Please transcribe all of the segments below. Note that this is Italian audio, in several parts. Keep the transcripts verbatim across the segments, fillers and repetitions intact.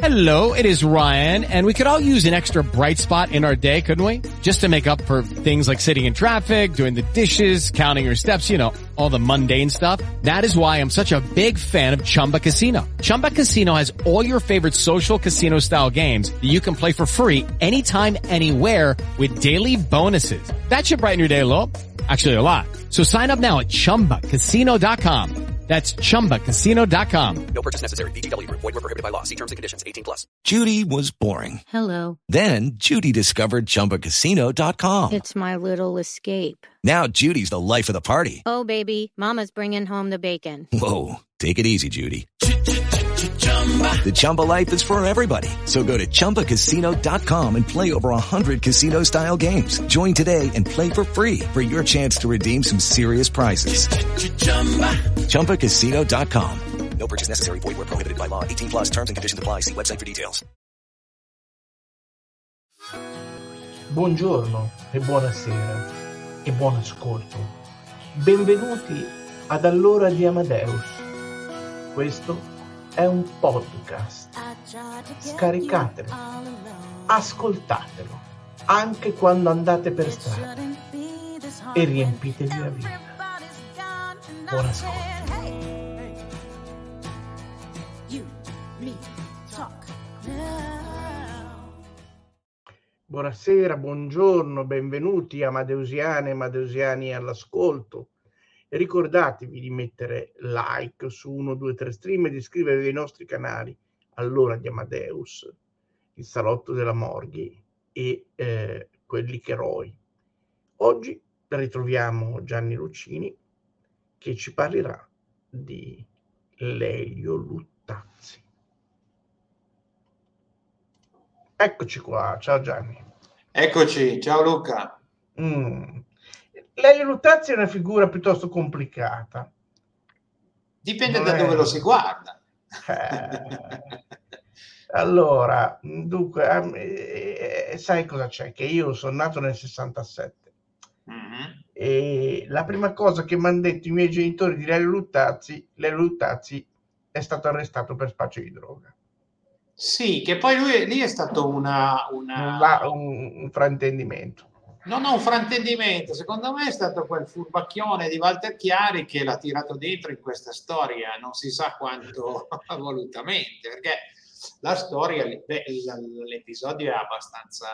Hello, it is Ryan, and we could all use an extra bright spot in our day, couldn't we? Just to make up for things like sitting in traffic, doing the dishes, counting your steps, you know, all the mundane stuff. That is why I'm such a big fan of Chumba Casino. Chumba Casino has all your favorite social casino style games that you can play for free anytime, anywhere with daily bonuses. That should brighten your day a little. Actually, a lot. So sign up now at chumba casino dot com. That's chumba casino dot com. No purchase necessary. V G W Group. Void where prohibited by law. See terms and conditions. eighteen plus. Judy was boring. Hello. Then Judy discovered chumba casino dot com. It's my little escape. Now Judy's the life of the party. Oh, baby, mama's bringing home the bacon. Whoa, take it easy, Judy. The Chumba life is for everybody. So go to chumba casino dot com and play over one hundred casino-style games. Join today and play for free for your chance to redeem some serious prizes. chumba casino dot com. No purchase necessary. Void where prohibited by law. eighteen plus. Terms and conditions apply. See website for details. Buongiorno e buonasera e buon ascolto. Benvenuti ad All'ora di Amadeus. Questo è un podcast. Scaricatelo, ascoltatelo, anche quando andate per strada e riempitevi la vita. Buon ascolto. Buonasera, buongiorno, benvenuti amadeusiane e amadeusiani all'ascolto. E ricordatevi di mettere like su uno, due, tre stream e di iscrivervi ai nostri canali All'ora di Amadeus, il Salotto della Morghi e eh, Quelli che Roi. Oggi ritroviamo Gianni Lucini che ci parlerà di Lelio Luttazzi. Eccoci qua, ciao Gianni. Eccoci, ciao Luca. Mm. Lelio Luttazzi è una figura piuttosto complicata. Dipende Non da è... dove lo si guarda. Eh, allora, dunque, eh, eh, sai cosa c'è? Che io sono nato nel sessantasette mm-hmm. e la prima cosa che mi hanno detto i miei genitori di Lelio Luttazzi, Lelio Luttazzi è stato arrestato per spaccio di droga. Sì, che poi lui lì è stato una, una... La, un, un fraintendimento. Non ho un fraintendimento, secondo me è stato quel furbacchione di Walter Chiari che l'ha tirato dentro in questa storia, non si sa quanto volutamente, perché la storia, beh, l'episodio è abbastanza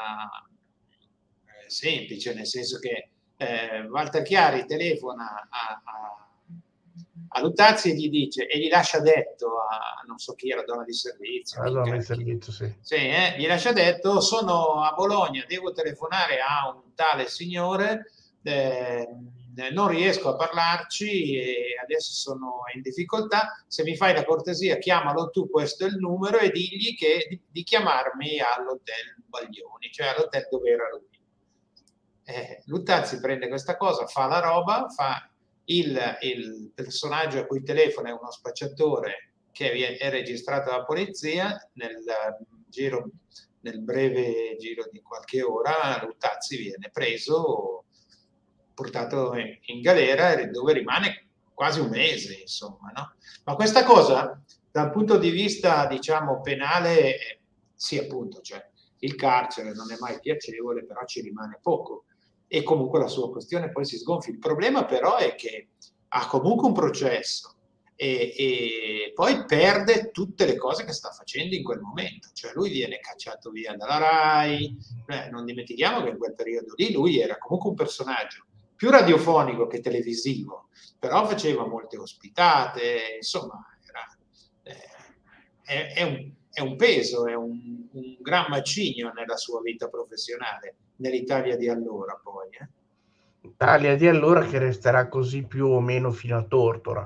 eh, semplice, nel senso che eh, Walter Chiari telefona a, a, a Luttazzi e gli dice, e gli lascia detto a non so chi era, donna di servizio. La donna di servizio, sì. Sì, eh, gli lascia detto, sono a Bologna, devo telefonare a un tale signore, eh, non riesco a parlarci e adesso sono in difficoltà, se mi fai la cortesia chiamalo tu, questo è il numero, e digli che, di, di chiamarmi all'hotel Baglioni, cioè all'hotel dove era lui. Eh, Luttazzi prende questa cosa, fa la roba, fa il, il personaggio a cui telefona è uno spacciatore che è registrato dalla polizia, nel giro, nel breve giro di qualche ora Luttazzi viene preso, portato in, in galera, dove rimane quasi un mese, insomma, no? Ma questa cosa, dal punto di vista, diciamo, penale, eh, sì, appunto, cioè, il carcere non è mai piacevole, però ci rimane poco. E comunque la sua questione poi si sgonfia. Il problema però è che ha comunque un processo e, e poi perde tutte le cose che sta facendo in quel momento. Cioè lui viene cacciato via dalla Rai, eh, non dimentichiamo che in quel periodo lì lui era comunque un personaggio più radiofonico che televisivo, però faceva molte ospitate, insomma, era, eh, è, è, un, è un peso, è un, un gran macigno nella sua vita professionale, nell'Italia di allora poi. Eh. Italia di allora che resterà così più o meno fino a Tortora.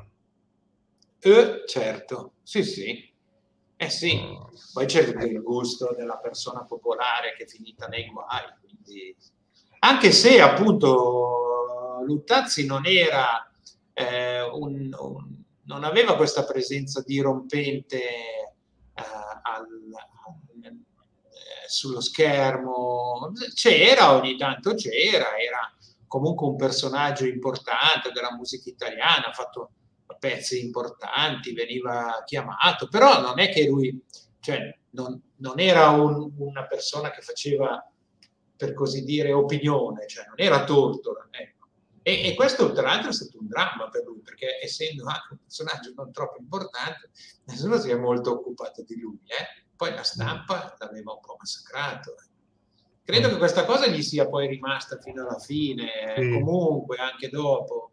Eh, certo, sì sì, eh sì, poi c'è il gusto della persona popolare che è finita nei guai, quindi... anche se appunto Luttazzi non era eh, un, un, non aveva questa presenza dirompente eh, al, al, eh, sullo schermo, c'era ogni tanto, c'era, era comunque un personaggio importante della musica italiana, ha fatto pezzi importanti, veniva chiamato, però non è che lui cioè non, non era un, una persona che faceva, per così dire, opinione, cioè non era Tortora, ecco. E, e questo tra l'altro è stato un dramma per lui, perché essendo anche un personaggio non troppo importante, nessuno si è molto occupato di lui, eh? Poi la stampa l'aveva un po' massacrato. Credo che questa cosa gli sia poi rimasta fino alla fine, sì. Comunque anche dopo.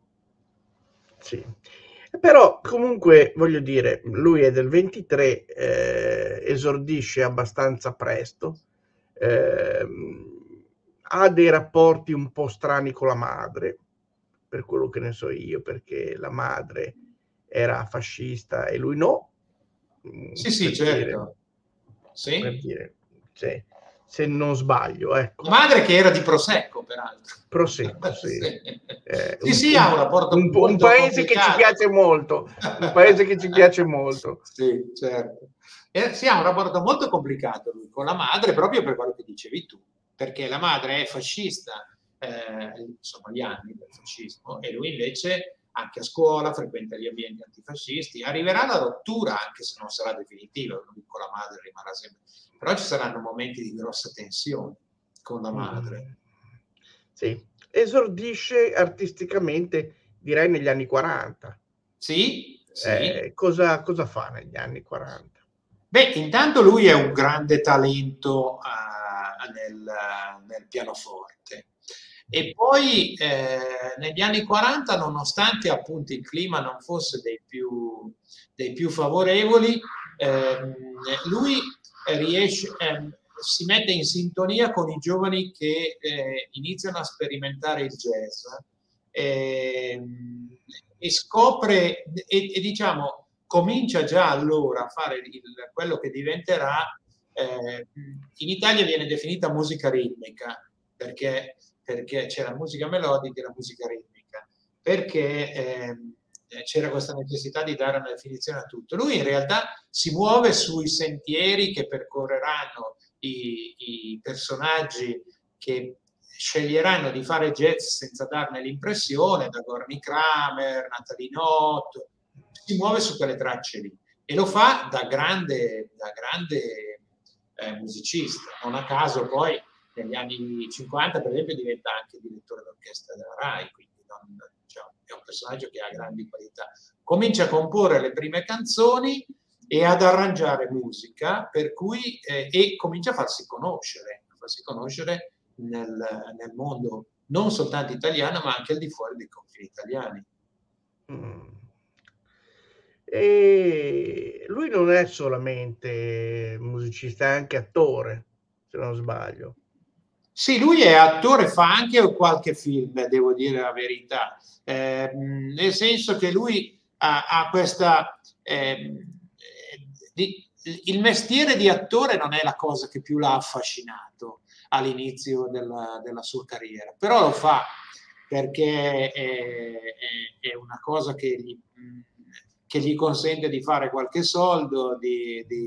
Sì. Però comunque voglio dire, lui è del ventitré, eh, esordisce abbastanza presto, eh, ha dei rapporti un po' strani con la madre, per quello che ne so io, perché la madre era fascista e lui no. Sì, sì, certo. Dire, sì. Per dire, sì. Se non sbaglio, ecco. La madre che era di Prosecco, peraltro. Prosecco, sì. sì, eh, sì, un, sì, ha un rapporto un, un paese che ci piace molto, un paese che ci piace molto. Sì, certo. Eh, sì, ha un rapporto molto complicato lui con la madre, proprio per quello che dicevi tu, perché la madre è fascista, eh, insomma, gli anni del fascismo, e lui invece anche a scuola frequenta gli ambienti antifascisti. Arriverà la rottura, anche se non sarà definitiva, lui con la madre rimarrà sempre. Però ci saranno momenti di grossa tensione con la madre. Sì, esordisce artisticamente, direi, negli anni quaranta. Sì, sì. Eh, cosa, cosa fa negli anni quaranta? Beh, intanto lui è un grande talento uh, nel, nel pianoforte. E poi eh, negli anni quaranta, nonostante appunto il clima non fosse dei più, dei più favorevoli, eh, lui riesce, eh, si mette in sintonia con i giovani che eh, iniziano a sperimentare il jazz eh, e scopre e, e diciamo comincia già allora a fare il, quello che diventerà eh, in Italia viene definita musica ritmica, perché perché c'è la musica melodica e la musica ritmica, perché eh, c'era questa necessità di dare una definizione a tutto. Lui in realtà si muove sui sentieri che percorreranno i, i personaggi che sceglieranno di fare jazz senza darne l'impressione, da Gorny Kramer, Natalinotto, si muove su quelle tracce lì e lo fa da grande, da grande eh, musicista. Non a caso poi negli anni cinquanta, per esempio, diventa anche direttore d'orchestra della RAI, quindi non, diciamo, è un personaggio che ha grandi qualità. Comincia a comporre le prime canzoni e ad arrangiare musica, per cui eh, e comincia a farsi conoscere, a farsi conoscere nel, nel mondo non soltanto italiano, ma anche al di fuori dei confini italiani. Mm. E lui non è solamente musicista, è anche attore, se non sbaglio. Sì, lui è attore, fa anche qualche film, devo dire la verità, eh, nel senso che lui ha, ha questa... Eh, di, il mestiere di attore non è la cosa che più l'ha affascinato all'inizio della, della sua carriera, però lo fa perché è, è, è una cosa che gli, che gli consente di fare qualche soldo, di, di,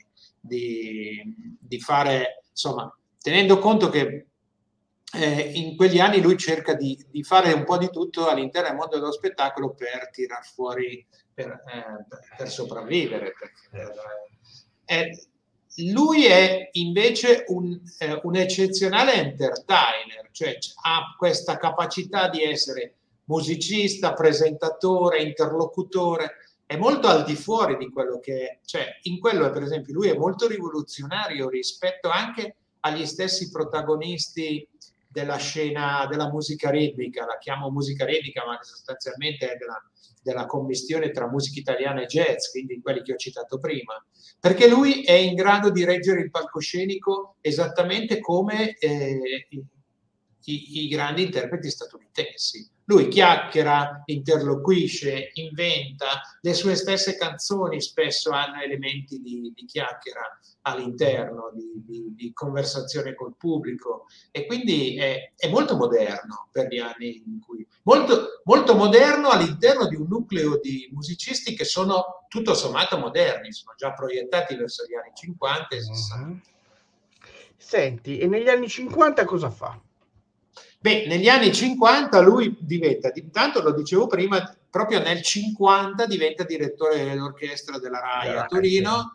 di, di fare, insomma... tenendo conto che eh, in quegli anni lui cerca di, di fare un po' di tutto all'interno del mondo dello spettacolo per tirar fuori, per, eh, per sopravvivere. Per, eh, lui è invece un, eh, un eccezionale entertainer, cioè ha questa capacità di essere musicista, presentatore, interlocutore, è molto al di fuori di quello che è, cioè in quello per esempio lui è molto rivoluzionario rispetto anche agli stessi protagonisti della scena della musica ritmica, la chiamo musica ritmica ma sostanzialmente è della, della commistione tra musica italiana e jazz, quindi quelli che ho citato prima, perché lui è in grado di reggere il palcoscenico esattamente come eh, i, i, i grandi interpreti statunitensi. Lui chiacchiera, interloquisce, inventa, le sue stesse canzoni spesso hanno elementi di, di chiacchiera all'interno, di, di, di conversazione col pubblico e quindi è, è molto moderno per gli anni in cui... Molto, molto moderno all'interno di un nucleo di musicisti che sono tutto sommato moderni, sono già proiettati verso gli anni cinquanta e sessanta. Uh-huh. Senti, e negli anni cinquanta cosa fa? Beh, negli anni cinquanta lui diventa, intanto lo dicevo prima, proprio nel cinquanta diventa direttore dell'orchestra della RAI a Torino,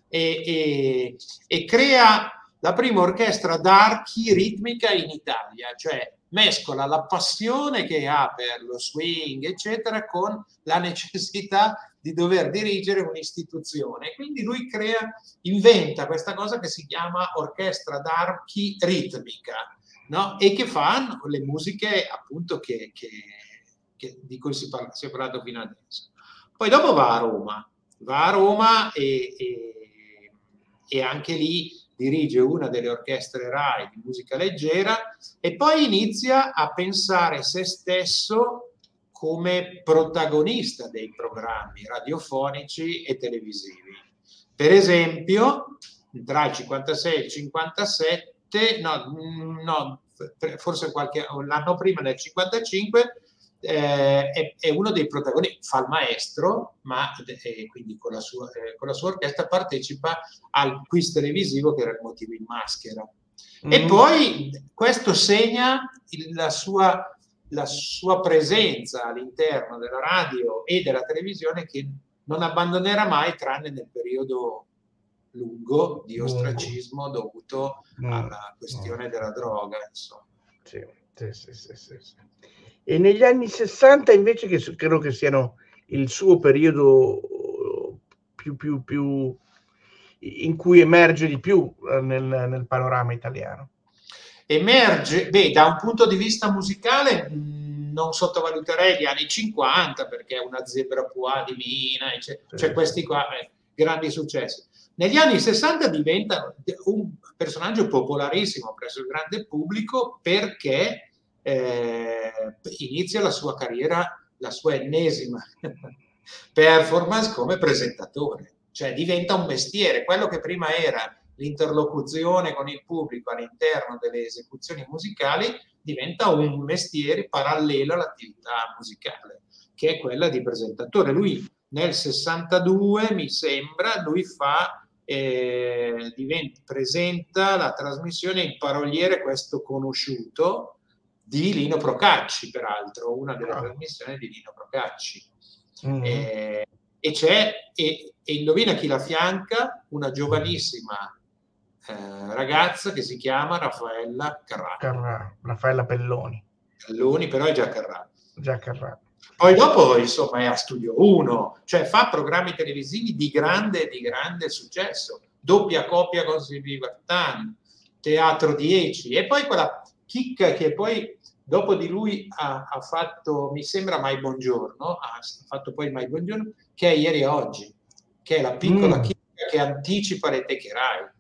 e, e, e crea la prima orchestra d'archi ritmica in Italia, cioè mescola la passione che ha per lo swing, eccetera, con la necessità di dover dirigere un'istituzione. Quindi lui crea, inventa questa cosa che si chiama orchestra d'archi ritmica, no? E che fa le musiche appunto che, che, che, di cui si, parla, si è parlato fino adesso. Poi dopo va a Roma, va a Roma e, e, e anche lì dirige una delle orchestre Rai di musica leggera e poi inizia a pensare se stesso come protagonista dei programmi radiofonici e televisivi. Per esempio, tra il cinquantasei e il cinquantasette, no, no forse qualche l'anno prima, nel cinquantacinque, eh, è, è uno dei protagonisti, fa il maestro, ma eh, quindi con la, sua, eh, con la sua orchestra partecipa al quiz televisivo che era Il motivo in maschera. Mm. E poi questo segna il, la sua la sua presenza all'interno della radio e della televisione, che non abbandonerà mai, tranne nel periodo lungo di ostracismo dovuto mm. alla questione mm. della droga, insomma. Sì, sì, sì, sì, sì, sì. E negli anni sessanta invece, che credo che siano il suo periodo più, più, più in cui emerge di più nel, nel panorama italiano. Emerge, beh, da un punto di vista musicale mh, non sottovaluterei gli anni cinquanta, perché è una Zebra Poà di Mina, c'è, sì. c'è questi qua, eh, grandi successi. Negli anni sessanta diventa un personaggio popolarissimo presso il grande pubblico, perché eh, inizia la sua carriera, la sua ennesima performance come presentatore, cioè diventa un mestiere, quello che prima era l'interlocuzione con il pubblico all'interno delle esecuzioni musicali diventa un mestiere parallelo all'attività musicale, che è quella di presentatore. Lui nel sessantadue, mi sembra, lui fa, eh, diventa, presenta la trasmissione Il paroliere questo conosciuto di Lino Procacci, peraltro, una delle oh. trasmissioni di Lino Procacci. Mm-hmm. Eh, e c'è, e, e indovina chi la fianca? Una giovanissima Eh, ragazza che si chiama Raffaella Carrà. Carrà, Raffaella Pelloni. Pelloni, però è già Carrà. Già Carrà. Poi dopo, insomma, è a Studio uno, cioè fa programmi televisivi di grande, di grande successo. Doppia coppia con Silvio Vartan, Teatro dieci, e poi quella chicca che poi dopo di lui ha, ha fatto, mi sembra, Mai Buongiorno, ha fatto poi Mai Buongiorno, che è Ieri e Oggi, che è la piccola mm. chicca che anticipa le teche Rai.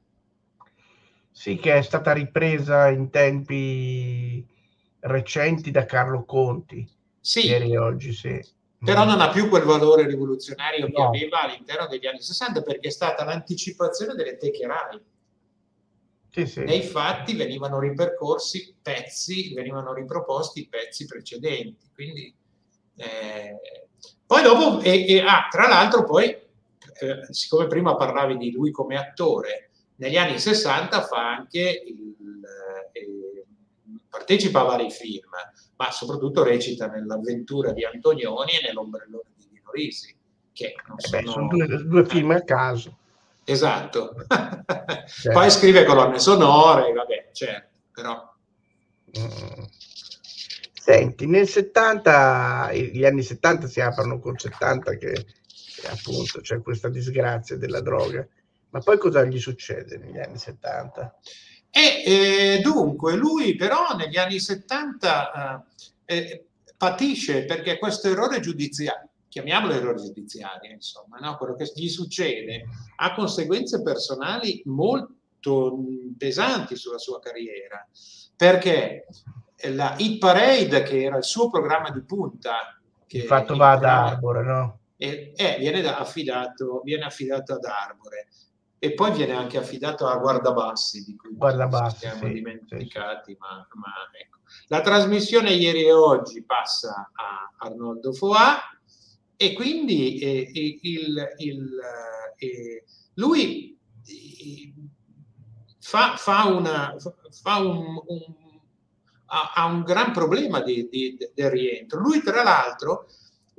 Sì, che è stata ripresa in tempi recenti da Carlo Conti. Sì, Ieri e Oggi, sì. Però non ha più quel valore rivoluzionario no. che aveva all'interno degli anni sessanta, perché è stata l'anticipazione delle teche Rai. Sì, sì. Nei fatti venivano ripercorsi pezzi, venivano riproposti pezzi precedenti. Quindi, eh... poi dopo, e, e, ah, tra l'altro poi, eh, siccome prima parlavi di lui come attore, negli anni sessanta fa anche il, eh, partecipa a vari film, ma soprattutto recita nell'Avventura di Antonioni e nell'Ombrellone di Dino Risi, che non eh beh, sono... sono due, due film a caso. Esatto. Certo. Poi scrive colonne sonore, vabbè, certo, però... Mm. Senti, nel settanta, gli anni settanta si aprono col settanta, che appunto c'è questa disgrazia della droga. Ma poi cosa gli succede negli anni settanta? E eh, dunque lui però negli anni settanta eh, eh, patisce, perché questo errore giudiziario, chiamiamolo errore giudiziario, insomma, no? Quello che gli succede ha conseguenze personali molto pesanti sulla sua carriera, perché la Hit Parade, che era il suo programma di punta, che il fatto va ad Arbore, no? E, eh, viene affidato, viene affidato ad Arbore. E poi viene anche affidato a Guardabassi, di cui Guardabassi, ci siamo sì, dimenticati, sì. Ma, ma ecco. La trasmissione Ieri e Oggi passa a Arnoldo Foà, e quindi eh, il, il, eh, lui eh, fa, fa, una, fa un, un, ha, ha un gran problema di, di, del rientro. Lui, tra l'altro,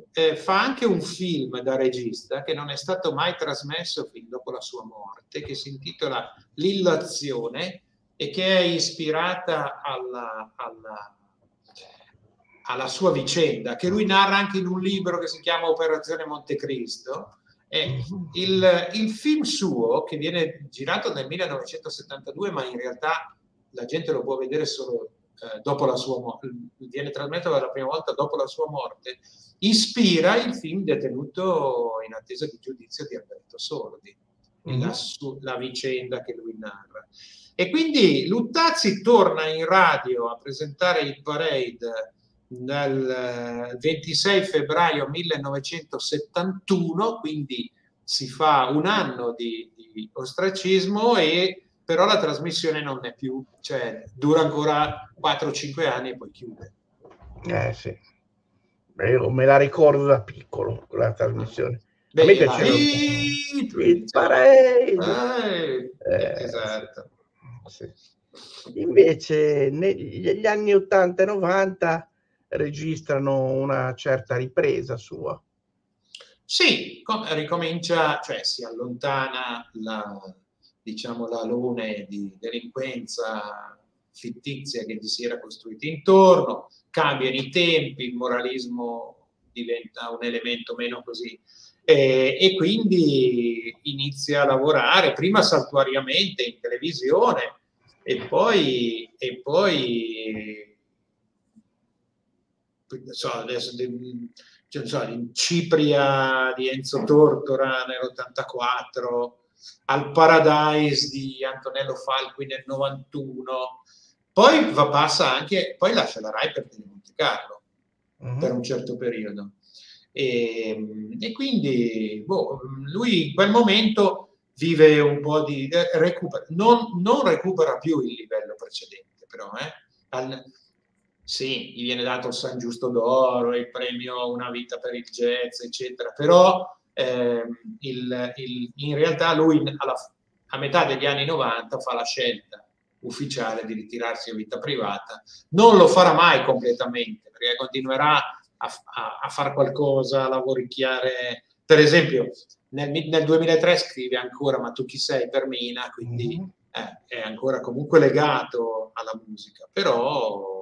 eh, fa anche un film da regista che non è stato mai trasmesso fin dopo la sua morte, che si intitola L'illazione e che è ispirata alla, alla, alla sua vicenda, che lui narra anche in un libro che si chiama Operazione Montecristo. Eh, il, il film suo, che viene girato nel millenovecentosettantadue, ma in realtà la gente lo può vedere solo eh, dopo la sua morte, viene trasmesso per la prima volta dopo la sua morte, ispira il film Detenuto in attesa di giudizio di Alberto Sordi, mm-hmm. la, su, la vicenda che lui narra. E quindi Luttazzi torna in radio a presentare il Parade nel ventisei febbraio millenovecentosettantuno, quindi si fa un anno di, di ostracismo, e però la trasmissione non è più, cioè dura ancora quattro cinque anni e poi chiude. Eh sì, Beh, io me la ricordo da piccolo quella trasmissione. Beh, a me piaceva il, il Parade, eh, eh, esatto. Sì. Invece negli anni ottanta e novanta registrano una certa ripresa sua. Sì, ricomincia, cioè si allontana la, diciamo, l'alone di delinquenza fittizia che gli si era costruita intorno, cambiano i tempi, il moralismo diventa un elemento meno così, e, e quindi inizia a lavorare, prima saltuariamente in televisione, e poi, e poi so, adesso, cioè, so, in Cipria di Enzo Tortora nell'ottantaquattro, al Paradise di Antonello Falqui nel novantuno, poi va passa anche, poi lascia la Rai per Telemonte Carlo uh-huh. per un certo periodo, e, e quindi boh, lui in quel momento vive un po' di recupera, non, non recupera più il livello precedente, però eh, al, sì, gli viene dato il San Giusto d'Oro, il premio Una vita per il jazz, eccetera, però eh, il, il, in realtà lui alla, a metà degli anni novanta fa la scelta ufficiale di ritirarsi a vita privata. Non lo farà mai completamente, perché continuerà a, a, a fare qualcosa, a lavoricchiare. Per esempio, nel, nel duemilatré scrive ancora Ma tu chi sei per Mina, quindi mm-hmm. eh, è ancora comunque legato alla musica, però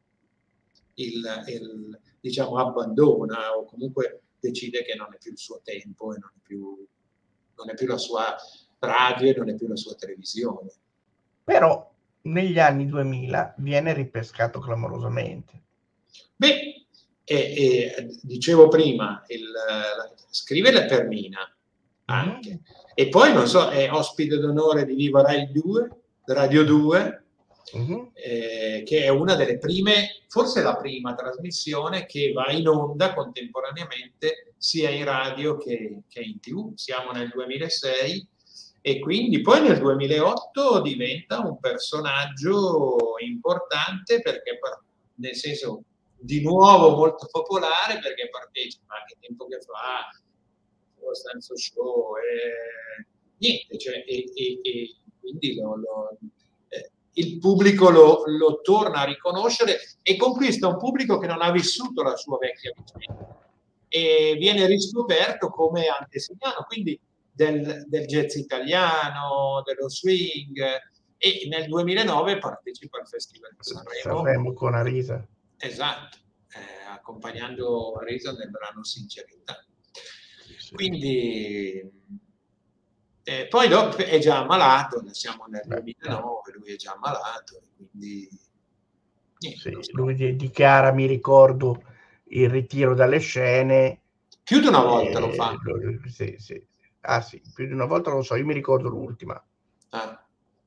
Il, il, diciamo abbandona o comunque decide che non è più il suo tempo e non è più, non è più la sua radio e non è più la sua televisione. Però negli anni duemila viene ripescato clamorosamente. Beh, e, e, dicevo prima, il, la, scrive per Mina anche, mm. e poi non so, è ospite d'onore di Viva Rai due, Radio due, Uh-huh. Eh, che è una delle prime, forse la prima trasmissione che va in onda contemporaneamente sia in radio che, che in tivù. Siamo nel duemilasei e quindi poi nel duemilaotto diventa un personaggio importante, perché nel senso di nuovo molto popolare, perché partecipa anche tempo che fa lo Stanzo Show e niente, cioè, e, e, e quindi lo, lo il pubblico lo, lo torna a riconoscere e conquista un pubblico che non ha vissuto la sua vecchia vicenda e viene riscoperto come antesignano, quindi del, del jazz italiano, dello swing, e nel duemilanove partecipa al Festival di Sanremo, Sanremo con Arisa. Esatto, eh, accompagnando Arisa nel brano Sincerità. Sì. Quindi Eh, poi dopo è già ammalato, siamo nel duemilanove, lui è già ammalato, quindi niente, sì, so. Lui dichiara, mi ricordo, il ritiro dalle scene. Più di una volta eh, lo fa. Lo, sì, sì. Ah sì, più di una volta lo so, io mi ricordo l'ultima. Ah.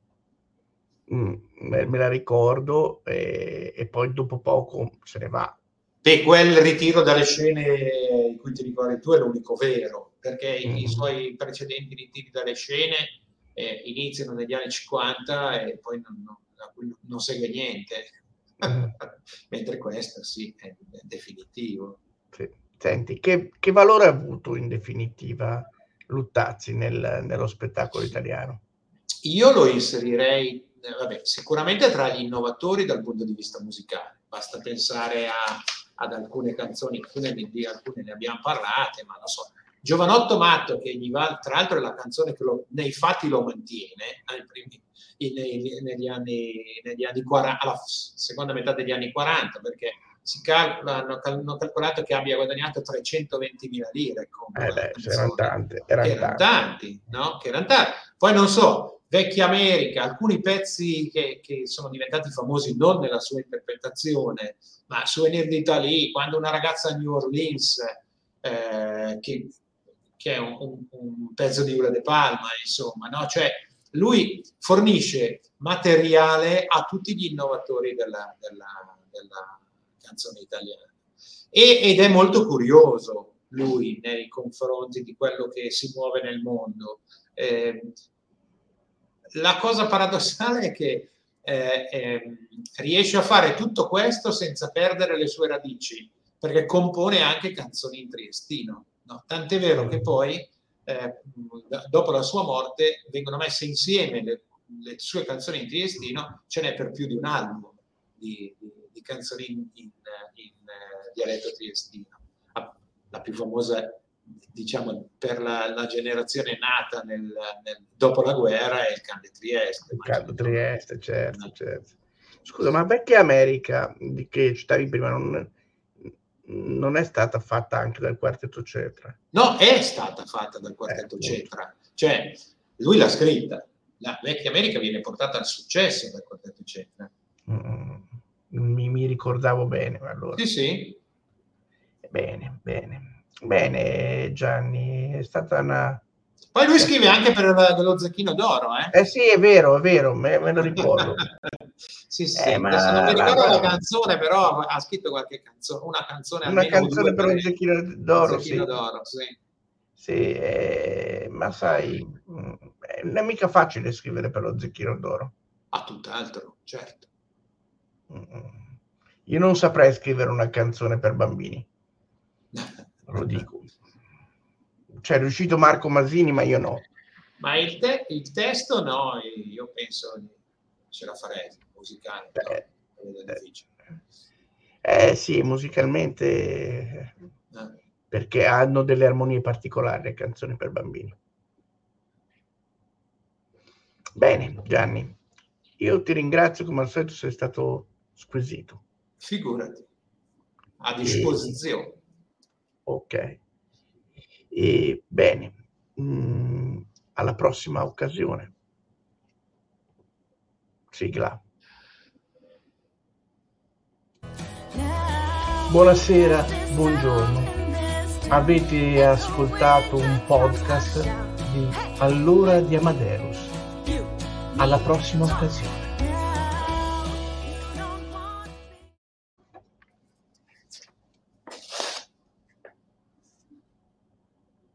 Mm, me, me la ricordo e, e poi dopo poco se ne va. Beh, quel ritiro dalle scene di cui ti ricordi tu è l'unico vero, perché mm. i suoi precedenti ritiri dalle scene eh, iniziano negli anni cinquanta e poi non, non, non segue niente, mm. mentre questo sì, è, è definitivo. Sì. Senti, che, che valore ha avuto in definitiva Luttazzi nel, nello spettacolo italiano? Io lo inserirei, eh, vabbè, sicuramente tra gli innovatori dal punto di vista musicale. Basta pensare a ad alcune canzoni, alcune, di alcune ne abbiamo parlate, ma non so. Giovanotto Matto, che gli va, tra l'altro è la canzone che lo, nei fatti lo mantiene, ai primi, in, in, negli anni, negli anni quaranta, alla seconda metà degli anni quaranta, perché si calcola, hanno, hanno calcolato che abbia guadagnato trecentoventimila lire. Con eh beh, erano tante, erano che erano tanti, no? Che erano tanti. Poi non so, Vecchia America, alcuni pezzi che, che sono diventati famosi non nella sua interpretazione, ma Souvenir d'Italie, quando una ragazza a New Orleans, eh, che, che è un, un, un pezzo di Ula De Palma, insomma, no? Cioè lui fornisce materiale a tutti gli innovatori della, della, della canzone italiana e, ed è molto curioso lui nei confronti di quello che si muove nel mondo. Eh, la cosa paradossale è che eh, eh, riesce a fare tutto questo senza perdere le sue radici, perché compone anche canzoni in triestino, no? Tant'è vero che poi eh, dopo la sua morte vengono messe insieme le, le sue canzoni in triestino, ce n'è per più di un album di, di, di canzoni in, in, in uh, dialetto triestino. La più famosa, diciamo, per la, la generazione nata nel, nel, dopo la guerra è il Can de Trieste. Il Can de Trieste, certo, certo. Scusa, ma Vecchia America, di che citavi prima, non, non è stata fatta anche dal Quartetto Cetra? No, è stata fatta dal Quartetto eh, Cetra. Cioè, lui l'ha scritta. La Vecchia America viene portata al successo dal Quartetto Cetra. Mm, mi, mi ricordavo bene, allora. Sì, sì. Bene, bene. Bene, Gianni, è stata una... Poi lui scrive anche per lo Zecchino d'Oro, eh? Eh sì, è vero, è vero, me, me lo ricordo. Sì, sì, eh, adesso non mi ricordo la, la canzone, però ha scritto qualche canzone, una canzone una almeno canzone per un Zecchino d'Oro, Zecchino sì. d'Oro, sì. Sì, eh, ma sai, non è mica facile scrivere per lo Zecchino d'Oro. Ah, tutt'altro, certo. Io non saprei scrivere una canzone per bambini. Lo dico, c'è riuscito Marco Masini, ma io no. Ma il, te- il testo no, io penso ce la farei musicale. Eh, no? eh, eh sì, musicalmente, eh. Perché hanno delle armonie particolari le canzoni per bambini. Bene, Gianni, io ti ringrazio, come al solito sei stato squisito. Figurati, a disposizione. E... Ok, e bene, mm, alla prossima occasione. Sigla. Buonasera, buongiorno. Avete ascoltato un podcast di All'ora di Amadeus. Alla prossima occasione.